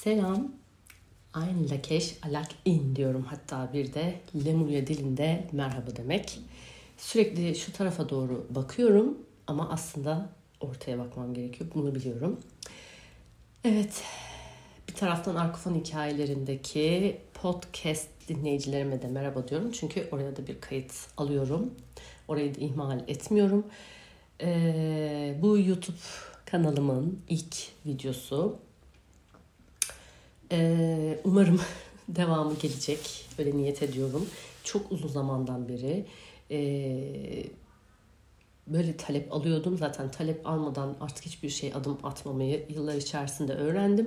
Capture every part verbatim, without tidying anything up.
Selam. Ein Lakeş alak in diyorum hatta bir de Lemuria dilinde merhaba demek. Sürekli şu tarafa doğru bakıyorum ama aslında ortaya bakmam gerekiyor. Bunu biliyorum. Evet, bir taraftan Arkofon hikayelerindeki podcast dinleyicilerime de merhaba diyorum. Çünkü oraya da bir kayıt alıyorum. Orayı da ihmal etmiyorum. Ee, bu YouTube kanalımın ilk videosu. Ee, umarım devamı gelecek. Öyle niyet ediyorum. Çok uzun zamandan beri e, böyle talep alıyordum. Zaten talep almadan artık hiçbir şey adım atmamayı yıllar içerisinde öğrendim.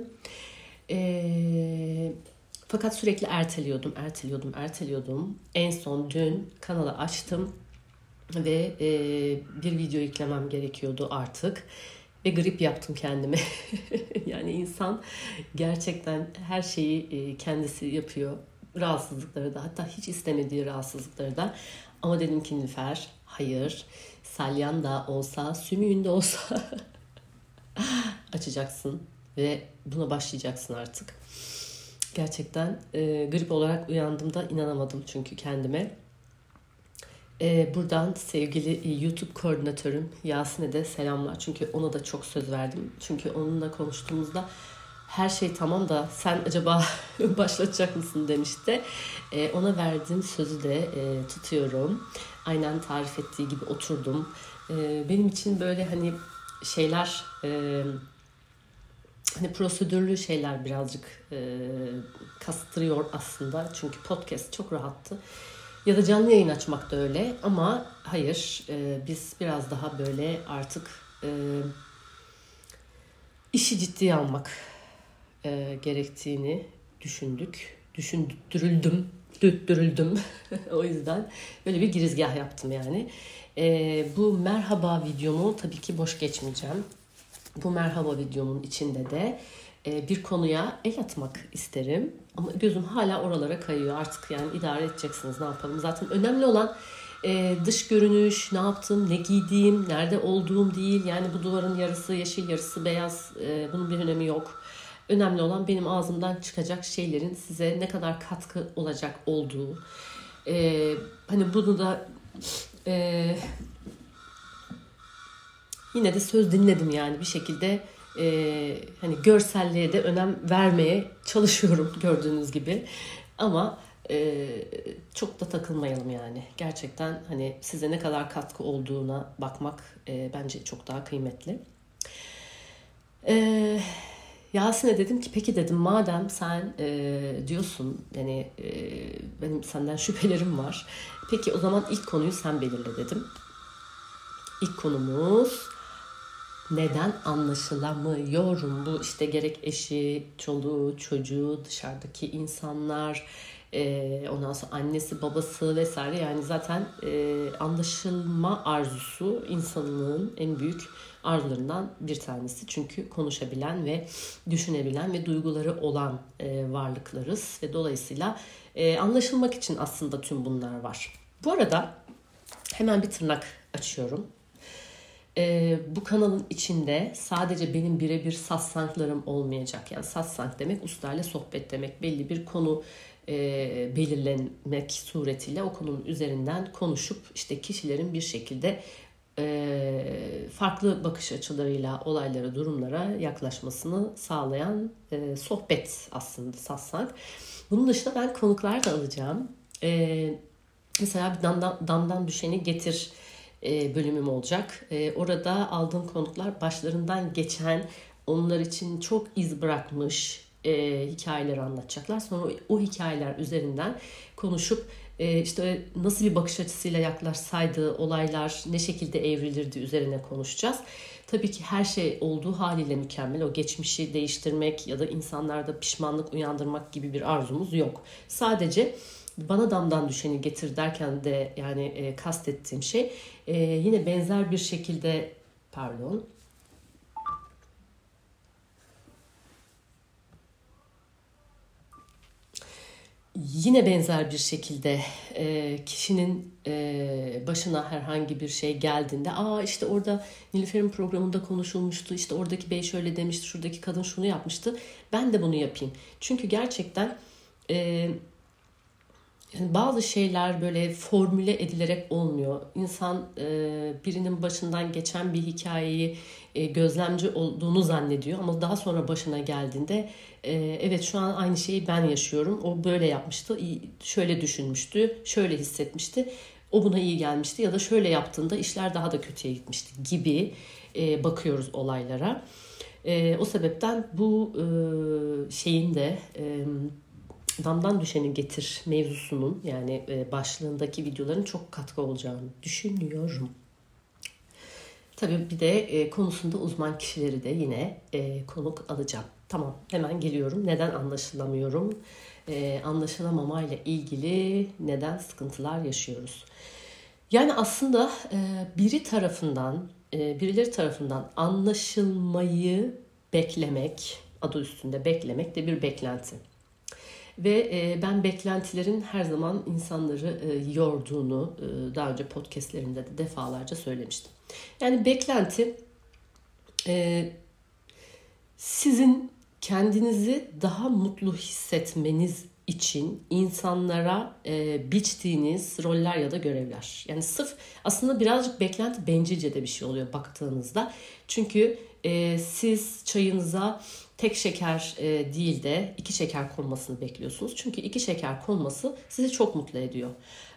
E, fakat sürekli erteliyordum, erteliyordum, erteliyordum. En son dün kanalı açtım ve e, bir video yüklemem gerekiyordu artık. Ve grip yaptım kendime. Yani insan gerçekten her şeyi kendisi yapıyor. Rahatsızlıkları da, hatta hiç istemediği rahatsızlıkları da. Ama dedim ki Nilüfer, hayır. Salyan da olsa, sümüğün de olsa açacaksın ve buna başlayacaksın artık. Gerçekten e, grip olarak uyandığımda inanamadım çünkü kendime. Ee, buradan sevgili YouTube koordinatörüm Yasin'e de selamlar. Çünkü ona da çok söz verdim. Çünkü onunla konuştuğumuzda her şey tamam da sen acaba başlatacak mısın demişti. Ee, ona verdiğim sözü de e, tutuyorum. Aynen tarif ettiği gibi oturdum. Ee, benim için böyle hani şeyler... E, Hani prosedürlü şeyler birazcık e, kastırıyor aslında. Çünkü podcast çok rahattı. Ya da canlı yayın açmak da öyle. Ama hayır, e, biz biraz daha böyle artık e, işi ciddiye almak e, gerektiğini düşündük. Düşündürüldüm, düttürüldüm. O yüzden böyle bir girizgah yaptım yani. E, bu merhaba videomu tabii ki boş geçmeyeceğim. Bu merhaba videomun içinde de e, bir konuya el atmak isterim. Ama gözüm hala oralara kayıyor. Artık yani idare edeceksiniz, ne yapalım. Zaten önemli olan e, dış görünüş, ne yaptım, ne giydiğim, nerede olduğum değil. Yani bu duvarın yarısı yeşil, yarısı beyaz. E, bunun bir önemi yok. Önemli olan benim ağzımdan çıkacak şeylerin size ne kadar katkı olacak olduğu. E, hani bunu da... E, Yine de söz dinledim yani bir şekilde e, hani görselliğe de önem vermeye çalışıyorum gördüğünüz gibi. Ama e, çok da takılmayalım yani. Gerçekten hani size ne kadar katkı olduğuna bakmak e, bence çok daha kıymetli. E, Yasin'e dedim ki peki dedim madem sen e, diyorsun yani e, benim senden şüphelerim var. Peki o zaman ilk konuyu sen belirle dedim. İlk konumuz... Neden anlaşılamıyorum? Bu işte gerek eşi, çoluğu, çocuğu, dışarıdaki insanlar, e, ondan sonra annesi, babası vesaire. Yani zaten e, anlaşılma arzusu insanlığın en büyük arzularından bir tanesi. Çünkü konuşabilen ve düşünebilen ve duyguları olan e, varlıklarız. Ve dolayısıyla e, anlaşılmak için aslında tüm bunlar var. Bu arada hemen bir tırnak açıyorum. Ee, bu kanalın içinde sadece benim birebir satsanglarım olmayacak. Yani satsang demek ustayla sohbet demek. Belli bir konu e, belirlenmek suretiyle o konunun üzerinden konuşup işte kişilerin bir şekilde e, farklı bakış açılarıyla olaylara, durumlara yaklaşmasını sağlayan e, sohbet aslında satsang. Bunun dışında ben konuklar da alacağım. E, mesela bir damdan, damdan düşeni getir bölümüm olacak. Orada aldığım konuklar başlarından geçen, onlar için çok iz bırakmış e, hikayeleri anlatacaklar. Sonra o, o hikayeler üzerinden konuşup e, işte nasıl bir bakış açısıyla yaklaşsaydı olaylar ne şekilde evrilirdi üzerine konuşacağız. Tabii ki her şey olduğu haliyle mükemmel. O geçmişi değiştirmek ya da insanlarda pişmanlık uyandırmak gibi bir arzumuz yok. Sadece bana damdan düşeni getir derken de yani e, kastettiğim şey e, yine benzer bir şekilde pardon Yine benzer bir şekilde e, kişinin e, başına herhangi bir şey geldiğinde, aa işte orada Nilüfer'in programında konuşulmuştu, işte oradaki bey şöyle demişti, şuradaki kadın şunu yapmıştı, ben de bunu yapayım. Çünkü gerçekten e, yani bazı şeyler böyle formüle edilerek olmuyor. İnsan e, birinin başından geçen bir hikayeyi e, gözlemci olduğunu zannediyor ama daha sonra başına geldiğinde e, evet şu an aynı şeyi ben yaşıyorum. O böyle yapmıştı, şöyle düşünmüştü, şöyle hissetmişti. O buna iyi gelmişti ya da şöyle yaptığında işler daha da kötüye gitmişti gibi e, bakıyoruz olaylara. E, o sebepten bu e, şeyin de e, damdan düşeni getir mevzusunun, yani başlığındaki videoların çok katkı olacağını düşünüyorum. Tabii bir de konusunda uzman kişileri de yine konuk alacağım. Tamam, hemen geliyorum. Neden anlaşılamıyorum? Anlaşılamamayla ilgili neden sıkıntılar yaşıyoruz? Yani aslında biri tarafından, birileri tarafından anlaşılmayı beklemek, adı üstünde beklemek de bir beklenti. Ve e, ben beklentilerin her zaman insanları e, yorduğunu e, daha önce podcastlerimde de defalarca söylemiştim. Yani beklenti e, sizin kendinizi daha mutlu hissetmeniz için insanlara e, biçtiğiniz roller ya da görevler. Yani sırf aslında birazcık beklenti bencilce de bir şey oluyor baktığınızda. Çünkü e, siz çayınıza tek şeker e, değil de iki şeker konmasını bekliyorsunuz. Çünkü iki şeker konması sizi çok mutlu ediyor.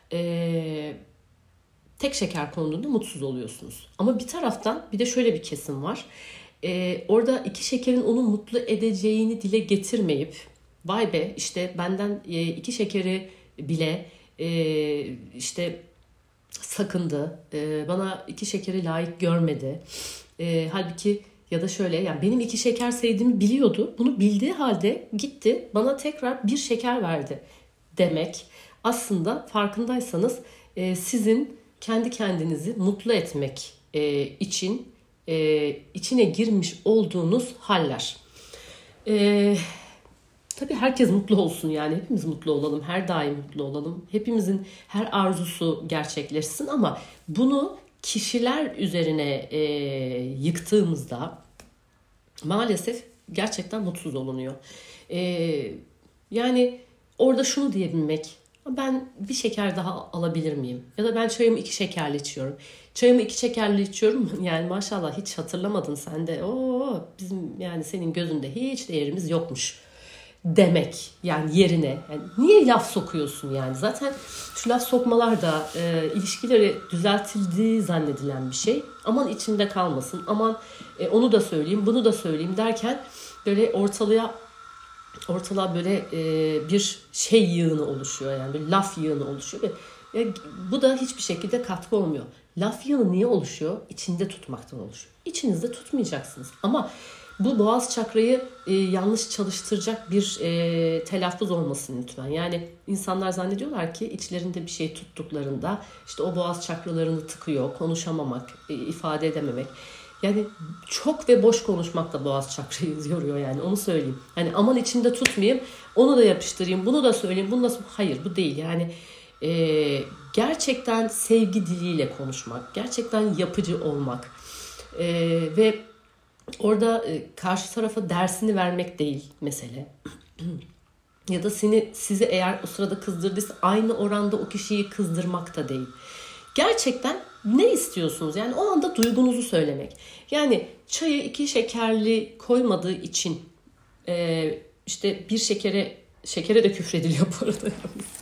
E, tek şeker konduğunda mutsuz oluyorsunuz. Ama bir taraftan bir de şöyle bir kesim var. E, orada iki şekerin onu mutlu edeceğini dile getirmeyip, vay be işte benden e, iki şekeri bile e, işte sakındı, e, bana iki şekeri layık görmedi. E, halbuki ya da şöyle, yani benim iki şeker sevdiğimi biliyordu. Bunu bildiği halde gitti bana tekrar bir şeker verdi demek. Aslında farkındaysanız e, sizin kendi kendinizi mutlu etmek e, için e, içine girmiş olduğunuz haller. E, tabii herkes mutlu olsun, yani hepimiz mutlu olalım, her daim mutlu olalım. Hepimizin her arzusu gerçekleşsin ama bunu kişiler üzerine e, yıktığımızda maalesef gerçekten mutsuz olunuyor. E, yani orada şunu diyebilmek, ben bir şeker daha alabilir miyim? Ya da ben çayımı iki şekerli içiyorum. Çayımı iki şekerli içiyorum. Yani maşallah hiç hatırlamadın sen de. Oo, bizim yani senin gözünde hiç değerimiz yokmuş demek, yani yerine. Yani niye laf sokuyorsun yani? Zaten şu laf sokmalar da e, ilişkileri düzeltildiği zannedilen bir şey. Aman içimde kalmasın, aman e, onu da söyleyeyim, bunu da söyleyeyim derken böyle ortalığa ortalığa böyle e, bir şey yığını oluşuyor, yani bir laf yığını oluşuyor ve e, bu da hiçbir şekilde katkı olmuyor. Laf yığını niye oluşuyor? İçinde tutmaktan oluşuyor. İçinizde tutmayacaksınız ama bu boğaz çakrayı e, yanlış çalıştıracak bir e, telaffuz olmasın lütfen. Yani insanlar zannediyorlar ki içlerinde bir şey tuttuklarında işte o boğaz çakralarını tıkıyor, konuşamamak, e, ifade edememek. Yani çok ve boş konuşmak da boğaz çakrayı yoruyor, yani onu söyleyeyim. Yani aman içinde tutmayayım, onu da yapıştırayım, bunu da söyleyeyim, bunu da... Hayır, bu değil yani. E, gerçekten sevgi diliyle konuşmak, gerçekten yapıcı olmak e, ve orada karşı tarafa dersini vermek değil mesele. Ya da seni sizi eğer o sırada kızdırdıysa aynı oranda o kişiyi kızdırmak da değil. Gerçekten ne istiyorsunuz? Yani o anda duygunuzu söylemek. Yani çayı iki şekerli koymadığı için e, işte bir şekere şekere de küfrediliyor bu arada.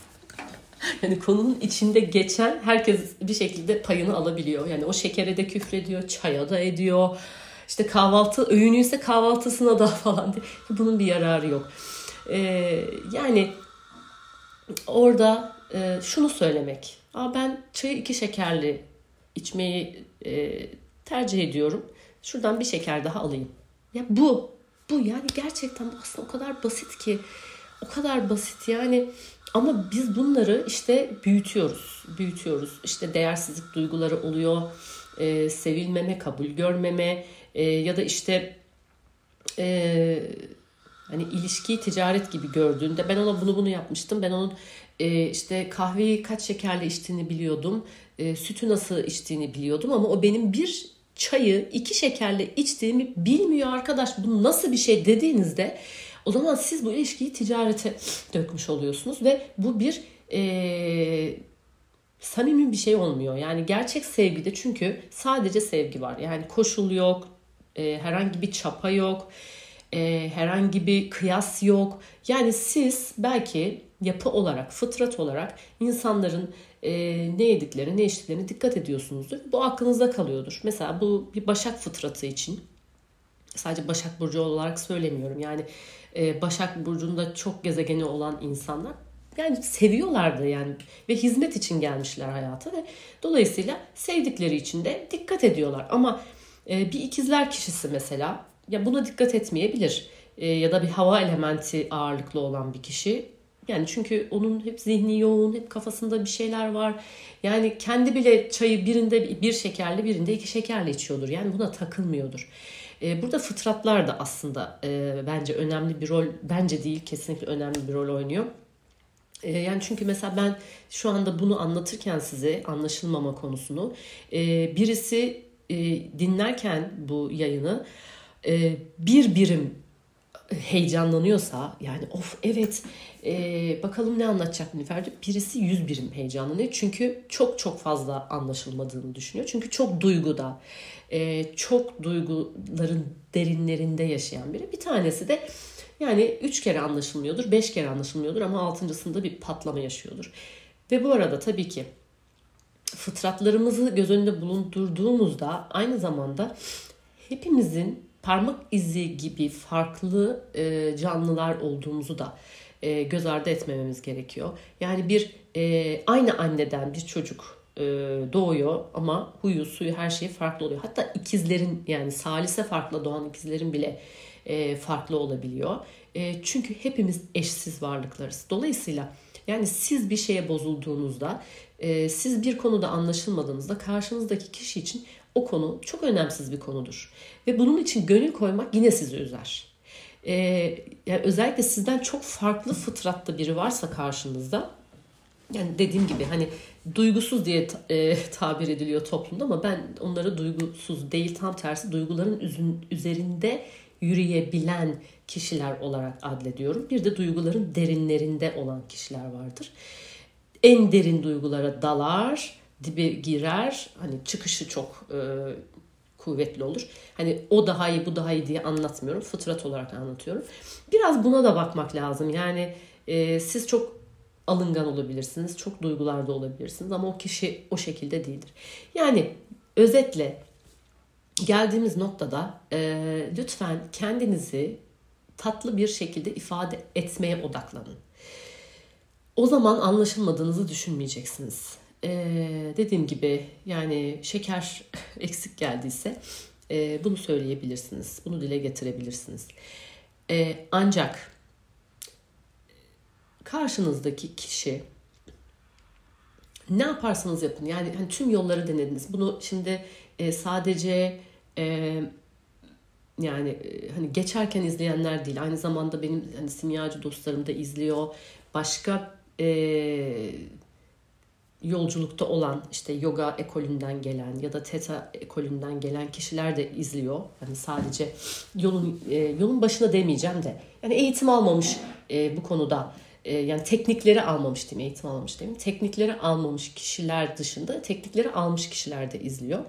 Yani konunun içinde geçen herkes bir şekilde payını alabiliyor. Yani o şekere de küfrediyor, çaya da ediyor. İşte kahvaltı öğünüyse kahvaltısına da falan diye. Bunun bir yararı yok. Ee, yani orada e, şunu söylemek. Aa, ben çayı iki şekerli içmeyi e, tercih ediyorum. Şuradan bir şeker daha alayım. Ya bu, bu yani gerçekten aslında o kadar basit ki. O kadar basit yani. Ama biz bunları işte büyütüyoruz. Büyütüyoruz. İşte değersizlik duyguları oluyor. E, sevilmeme, kabul görmeme e, ya da işte e, Hani ilişkiyi ticaret gibi gördüğünde ben ona bunu bunu yapmıştım. Ben onun e, işte kahveyi kaç şekerle içtiğini biliyordum. E, sütü nasıl içtiğini biliyordum ama o benim bir çayı iki şekerle içtiğimi bilmiyor arkadaş. Bu nasıl bir şey dediğinizde o zaman siz bu ilişkiyi ticarete dökmüş oluyorsunuz ve bu bir e, samimi bir şey olmuyor. Yani gerçek sevgide çünkü sadece sevgi var. Yani koşul yok, e, herhangi bir çapa yok, e, herhangi bir kıyas yok. Yani siz belki yapı olarak, fıtrat olarak insanların e, ne yediklerine, ne içtiklerine dikkat ediyorsunuzdur. Bu aklınızda kalıyordur. Mesela bu bir Başak fıtratı için. Sadece Başak Burcu olarak söylemiyorum. Yani e, Başak Burcu'nda çok gezegeni olan insanlar yani seviyorlardı yani ve hizmet için gelmişler hayata ve dolayısıyla sevdikleri için de dikkat ediyorlar. Ama e, bir ikizler kişisi mesela ya buna dikkat etmeyebilir. E, ya da bir hava elementi ağırlıklı olan bir kişi. Yani çünkü onun hep zihni yoğun, hep kafasında bir şeyler var. Yani kendi bile çayı birinde bir şekerli, birinde iki şekerli içiyordur. Yani buna takılmıyordur. Burada fıtratlar da aslında e, bence önemli bir rol, bence değil kesinlikle önemli bir rol oynuyor. E, yani çünkü mesela ben şu anda bunu anlatırken size anlaşılmama konusunu e, birisi e, dinlerken bu yayını e, bir birim heyecanlanıyorsa yani of evet e, bakalım ne anlatacak Nilüfer diyor. Birisi yüz birim heyecanlanıyor. Çünkü çok çok fazla anlaşılmadığını düşünüyor. Çünkü çok duyguda, e, çok duyguların derinlerinde yaşayan biri. Bir tanesi de yani üç kere anlaşılmıyordur, beş kere anlaşılmıyordur ama altıncısında bir patlama yaşıyordur. Ve bu arada tabii ki fıtratlarımızı göz önünde bulundurduğumuzda aynı zamanda hepimizin parmak izi gibi farklı e, canlılar olduğumuzu da e, göz ardı etmememiz gerekiyor. Yani bir e, aynı anneden bir çocuk e, doğuyor ama huyu, suyu, her şeyi farklı oluyor. Hatta ikizlerin yani salise farklı doğan ikizlerin bile e, farklı olabiliyor. E, çünkü hepimiz eşsiz varlıklarız. Dolayısıyla yani siz bir şeye bozulduğunuzda, e, siz bir konuda anlaşılmadığınızda karşınızdaki kişi için o konu çok önemsiz bir konudur. Ve bunun için gönül koymak yine sizi üzer. Ee, yani özellikle sizden çok farklı fıtratta biri varsa karşınızda, yani dediğim gibi hani duygusuz diye e, tabir ediliyor toplumda ama ben onları duygusuz değil tam tersi duyguların üzün, üzerinde yürüyebilen kişiler olarak adlediyorum. Bir de duyguların derinlerinde olan kişiler vardır. En derin duygulara dalar, dibe girer. Hani çıkışı çok e, kuvvetli olur. Hani o daha iyi bu daha iyi diye anlatmıyorum. Fıtrat olarak anlatıyorum. Biraz buna da bakmak lazım. Yani e, siz çok alıngan olabilirsiniz. Çok duygularda olabilirsiniz. Ama o kişi o şekilde değildir. Yani özetle geldiğimiz noktada e, lütfen kendinizi tatlı bir şekilde ifade etmeye odaklanın. O zaman anlaşılmadığınızı düşünmeyeceksiniz. Ee, dediğim gibi yani şeker eksik geldiyse e, bunu söyleyebilirsiniz. Bunu dile getirebilirsiniz. Ee, ancak karşınızdaki kişi ne yaparsanız yapın. Yani hani tüm yolları denediniz. Bunu şimdi e, sadece e, yani e, hani geçerken izleyenler değil. Aynı zamanda benim hani simyacı dostlarım da izliyor. Başka e, yolculukta olan işte yoga ekolünden gelen ya da Theta ekolünden gelen kişiler de izliyor. Hani sadece yolun e, yolun başına demeyeceğim de yani eğitim almamış e, bu konuda e, yani teknikleri almamış diyeyim eğitim almamış diyeyim. Teknikleri almamış kişiler dışında teknikleri almış kişiler de izliyor.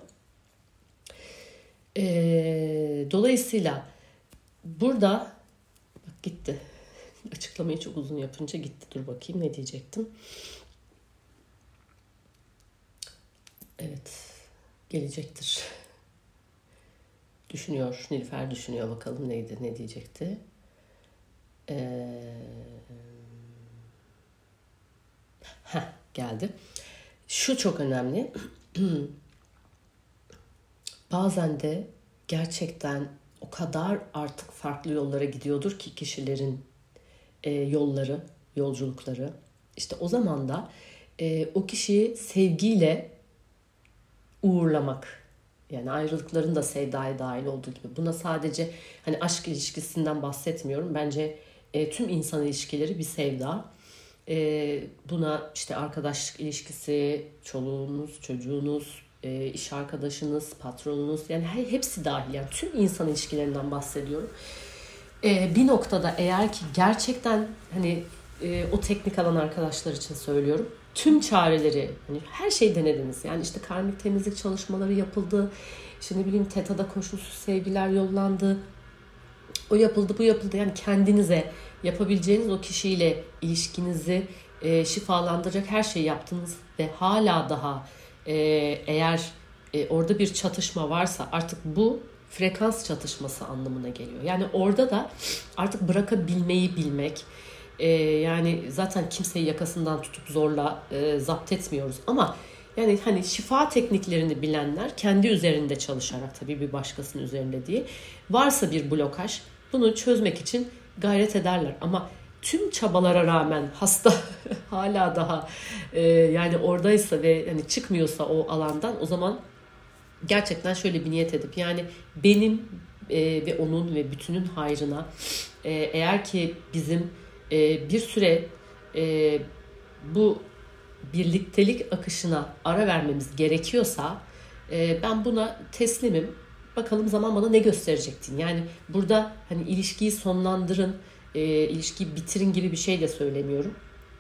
E, dolayısıyla burada bak gitti. Açıklamayı çok uzun yapınca gitti. Dur bakayım ne diyecektim. Evet. Gelecektir. Düşünüyor. Nilüfer düşünüyor. Bakalım neydi? Ne diyecekti? Ee... Heh, geldi. Şu çok önemli. Bazen de gerçekten o kadar artık farklı yollara gidiyordur ki kişilerin e, yolları, yolculukları. İşte o zaman da e, o kişiyi sevgiyle uğurlamak Yani ayrılıkların da sevdaya dahil olduğu gibi. Buna sadece hani aşk ilişkisinden bahsetmiyorum. Bence e, tüm insan ilişkileri bir sevda. E, buna işte arkadaşlık ilişkisi, çoluğunuz, çocuğunuz, e, iş arkadaşınız, patronunuz, yani hepsi dahil. Yani tüm insan ilişkilerinden bahsediyorum. E, bir noktada eğer ki gerçekten hani e, o teknik alan arkadaşlar için söylüyorum. Tüm çareleri, hani her şeyi denediniz. Yani işte karmik temizlik çalışmaları yapıldı. İşte ne bileyim TETA'da koşulsuz sevgiler yollandı. O yapıldı, bu yapıldı. Yani kendinize yapabileceğiniz o kişiyle ilişkinizi e, şifalandıracak her şeyi yaptınız ve hala daha e, eğer e, orada bir çatışma varsa artık bu frekans çatışması anlamına geliyor. Yani orada da artık bırakabilmeyi bilmek, e, yani zaten kimseyi yakasından tutup zorla e, zapt etmiyoruz ama yani hani şifa tekniklerini bilenler kendi üzerinde çalışarak, tabii bir başkasının üzerinde değil, varsa bir blokaj bunu çözmek için gayret ederler. Ama tüm çabalara rağmen hasta hala daha e, yani oradaysa ve hani çıkmıyorsa o alandan, o zaman gerçekten şöyle bir niyet edip, yani benim e, ve onun ve bütünün hayrına e, eğer ki bizim e, bir süre e, bu birliktelik akışına ara vermemiz gerekiyorsa e, ben buna teslimim. Bakalım zaman bana ne gösterecektin. Yani burada hani ilişkiyi sonlandırın, e, ilişkiyi bitirin gibi bir şey de söylemiyorum.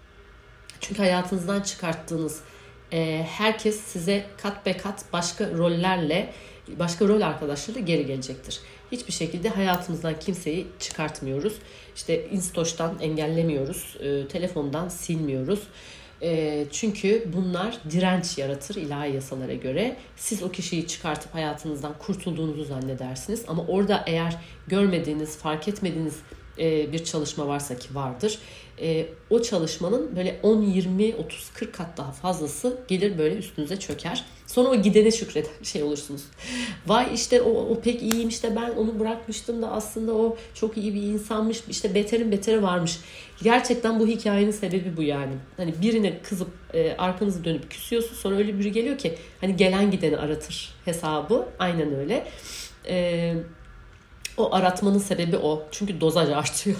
Çünkü hayatınızdan çıkarttığınız e, herkes size kat be kat başka rollerle, başka rol arkadaşları geri gelecektir. Hiçbir şekilde hayatımızdan kimseyi çıkartmıyoruz. İşte Instoş'tan engellemiyoruz, e, telefondan silmiyoruz. E, çünkü bunlar direnç yaratır ilahi yasalara göre. Siz o kişiyi çıkartıp hayatınızdan kurtulduğunuzu zannedersiniz. Ama orada eğer görmediğiniz, fark etmediğiniz e, bir çalışma varsa, ki vardır, e, o çalışmanın böyle on, yirmi, otuz, kırk kat daha fazlası gelir böyle üstünüze çöker. Sonra o gidene şükreden şey olursunuz. Vay işte o, o pek iyiymiş de ben onu bırakmıştım da aslında o çok iyi bir insanmış. İşte beterin beteri varmış. Gerçekten bu hikayenin sebebi bu yani. Hani birine kızıp e, arkanızı dönüp küsüyorsun, sonra öyle biri geliyor ki hani gelen gideni aratır hesabı. Aynen öyle. E, o aratmanın sebebi o. Çünkü dozaj artıyor.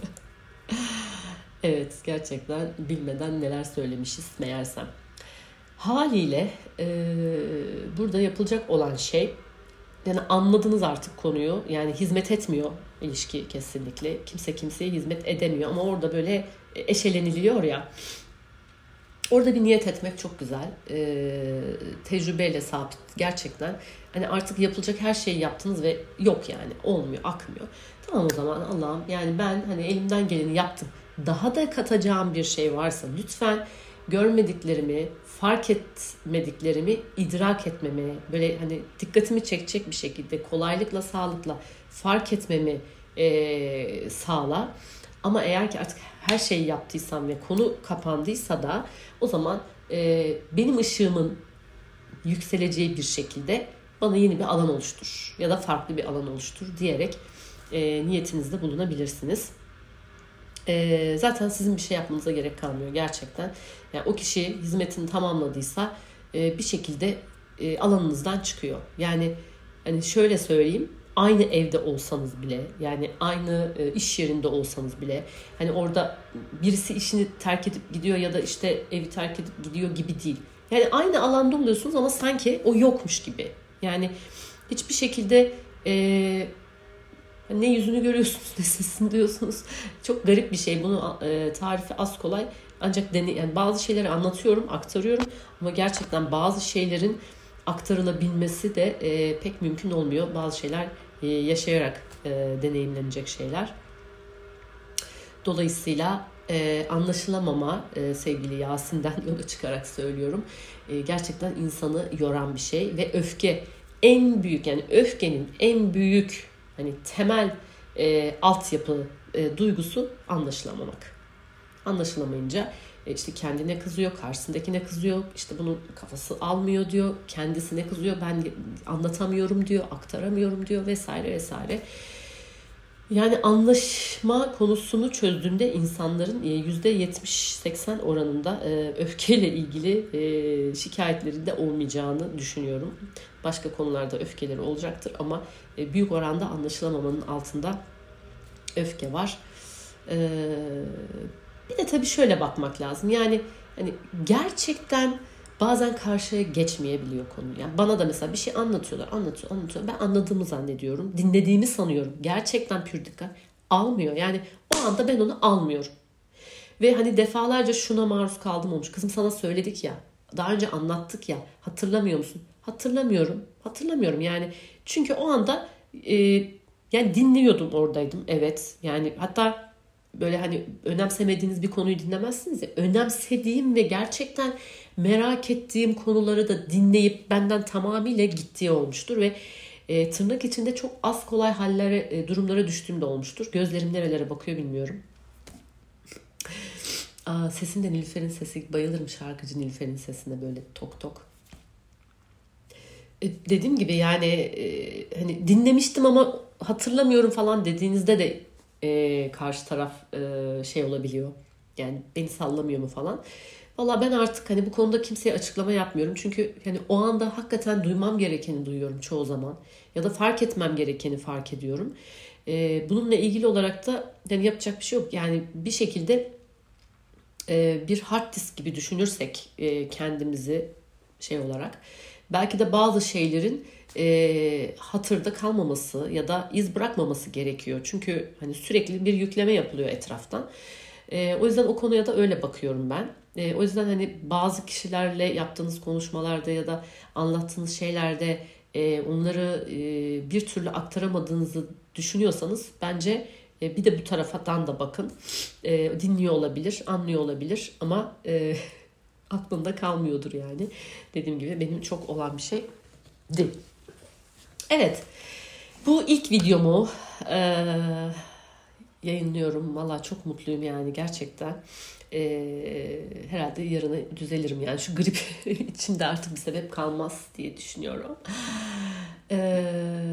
Evet, gerçekten bilmeden neler söylemişiz meğersem. Haliyle e, burada yapılacak olan şey, yani anladınız artık konuyu. Yani hizmet etmiyor ilişki kesinlikle. Kimse kimseye hizmet edemiyor ama orada böyle eşeleniliyor ya. Orada bir niyet etmek çok güzel. E, tecrübeyle sabit gerçekten. Hani artık yapılacak her şeyi yaptınız ve yok yani olmuyor, akmıyor. Tamam, o zaman Allah'ım yani ben hani elimden geleni yaptım. Daha da katacağım bir şey varsa lütfen görmediklerimi, fark etmediklerimi idrak etmemi, böyle hani dikkatimi çekecek bir şekilde kolaylıkla, sağlıkla fark etmemi e, sağla. Ama eğer ki artık her şeyi yaptıysam ve konu kapandıysa da o zaman e, benim ışığımın yükseleceği bir şekilde bana yeni bir alan oluştur ya da farklı bir alan oluştur diyerek e, niyetinizde bulunabilirsiniz. E, zaten sizin bir şey yapmanıza gerek kalmıyor gerçekten. Yani o kişi hizmetini tamamladıysa e, bir şekilde e, alanınızdan çıkıyor. Yani hani şöyle söyleyeyim, aynı evde olsanız bile, yani aynı e, iş yerinde olsanız bile, hani orada birisi işini terk edip gidiyor ya da işte evi terk edip gidiyor gibi değil. Yani aynı alanda oluyorsunuz ama sanki o yokmuş gibi. Yani hiçbir şekilde e, ne yüzünü görüyorsunuz ne sesini duyuyorsunuz. Çok garip bir şey. Bunu e, tarifi az kolay. Ancak dene, yani bazı şeyleri anlatıyorum, aktarıyorum ama gerçekten bazı şeylerin aktarılabilmesi de e, pek mümkün olmuyor. Bazı şeyler e, yaşayarak e, deneyimlenecek şeyler. Dolayısıyla e, anlaşılamama e, sevgili Yasin'den yola çıkarak söylüyorum. E, gerçekten insanı yoran bir şey ve öfke en büyük, yani öfkenin en büyük hani temel e, altyapı e, duygusu anlaşılamamak. Anlaşılamayınca e, işte kendine kızıyor, karşısındakine kızıyor, işte bunun kafası almıyor diyor, kendisine kızıyor, ben anlatamıyorum diyor, aktaramıyorum diyor vesaire vesaire. Yani anlaşma konusunu çözdüğünde insanların yüzde yetmiş seksen oranında öfkeyle ilgili şikayetlerinde olmayacağını düşünüyorum. Başka konularda öfkeleri olacaktır ama büyük oranda anlaşılamamanın altında öfke var. Bir de tabii şöyle bakmak lazım. Yani hani gerçekten bazen karşıya geçmeyebiliyor konu. Yani bana da mesela bir şey anlatıyorlar, anlatıyor, anlatıyor. Ben anladığımı zannediyorum, dinlediğimi sanıyorum. Gerçekten pür dikkat almıyor. Yani o anda ben onu almıyorum. Ve hani defalarca şuna maruz kaldım olmuş. Kızım sana söyledik ya, daha önce anlattık ya, hatırlamıyor musun? Hatırlamıyorum, hatırlamıyorum yani. Çünkü o anda e, yani dinliyordum, oradaydım. Evet, yani hatta böyle hani önemsemediğiniz bir konuyu dinlemezsiniz ya. Önemsediğim ve gerçekten merak ettiğim konuları da dinleyip benden tamamıyla gittiği olmuştur ve e, tırnak içinde çok az kolay hallere, e, durumlara düştüğüm de olmuştur. Gözlerim nerelere bakıyor bilmiyorum. Aa, sesin de Nilüfer'in sesi. Bayılırım şarkıcı Nilüfer'in sesine, böyle tok tok. E, dediğim gibi yani e, hani dinlemiştim ama hatırlamıyorum falan dediğinizde de e, karşı taraf e, şey olabiliyor. Yani beni sallamıyor mu falan. Valla ben artık hani bu konuda kimseye açıklama yapmıyorum. Çünkü yani o anda hakikaten duymam gerekeni duyuyorum çoğu zaman. Ya da fark etmem gerekeni fark ediyorum. E, bununla ilgili olarak da yani yapacak bir şey yok. Yani bir şekilde e, bir hard disk gibi düşünürsek e, kendimizi şey olarak, belki de bazı şeylerin e, hatırda kalmaması ya da iz bırakmaması gerekiyor. Çünkü hani sürekli bir yükleme yapılıyor etraftan. E, o yüzden o konuya da öyle bakıyorum ben. E, o yüzden hani bazı kişilerle yaptığınız konuşmalarda ya da anlattığınız şeylerde e, onları e, bir türlü aktaramadığınızı düşünüyorsanız bence e, bir de bu taraftan da bakın. E, dinliyor olabilir, anlıyor olabilir ama e, aklında kalmıyordur yani. Dediğim gibi benim çok olan bir şey değil. Evet, bu ilk videomu e, yayınlıyorum. Valla çok mutluyum yani gerçekten. E, herhalde yarına düzelirim yani. Şu grip içinde artık bir sebep kalmaz diye düşünüyorum. E,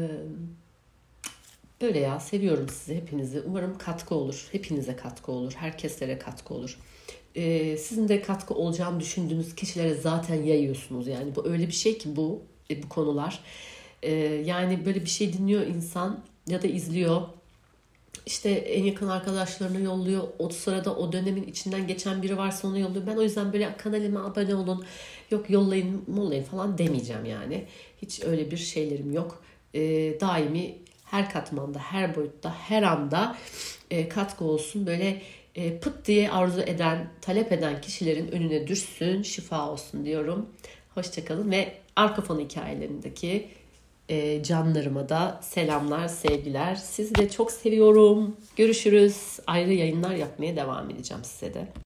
böyle ya, seviyorum sizi hepinizi. Umarım katkı olur. Hepinize katkı olur. Herkeslere katkı olur. Ee, sizin de katkı olacağını düşündüğünüz kişilere zaten yayıyorsunuz. Yani bu öyle bir şey ki bu e, bu konular. Ee, yani böyle bir şey dinliyor insan ya da izliyor. İşte en yakın arkadaşlarına yolluyor. O sırada o dönemin içinden geçen biri varsa ona yolluyor. Ben o yüzden böyle kanalıma abone olun, yok yollayın, mollayın falan demeyeceğim yani. Hiç öyle bir şeylerim yok. Ee, daimi her katmanda, her boyutta, her anda e, katkı olsun. Böyle e, pıt diye arzu eden, talep eden kişilerin önüne düşsün, şifa olsun diyorum. Hoşçakalın ve arka fon hikayelerindeki e, canlarıma da selamlar, sevgiler. Sizi de çok seviyorum. Görüşürüz. Ayrı yayınlar yapmaya devam edeceğim size de.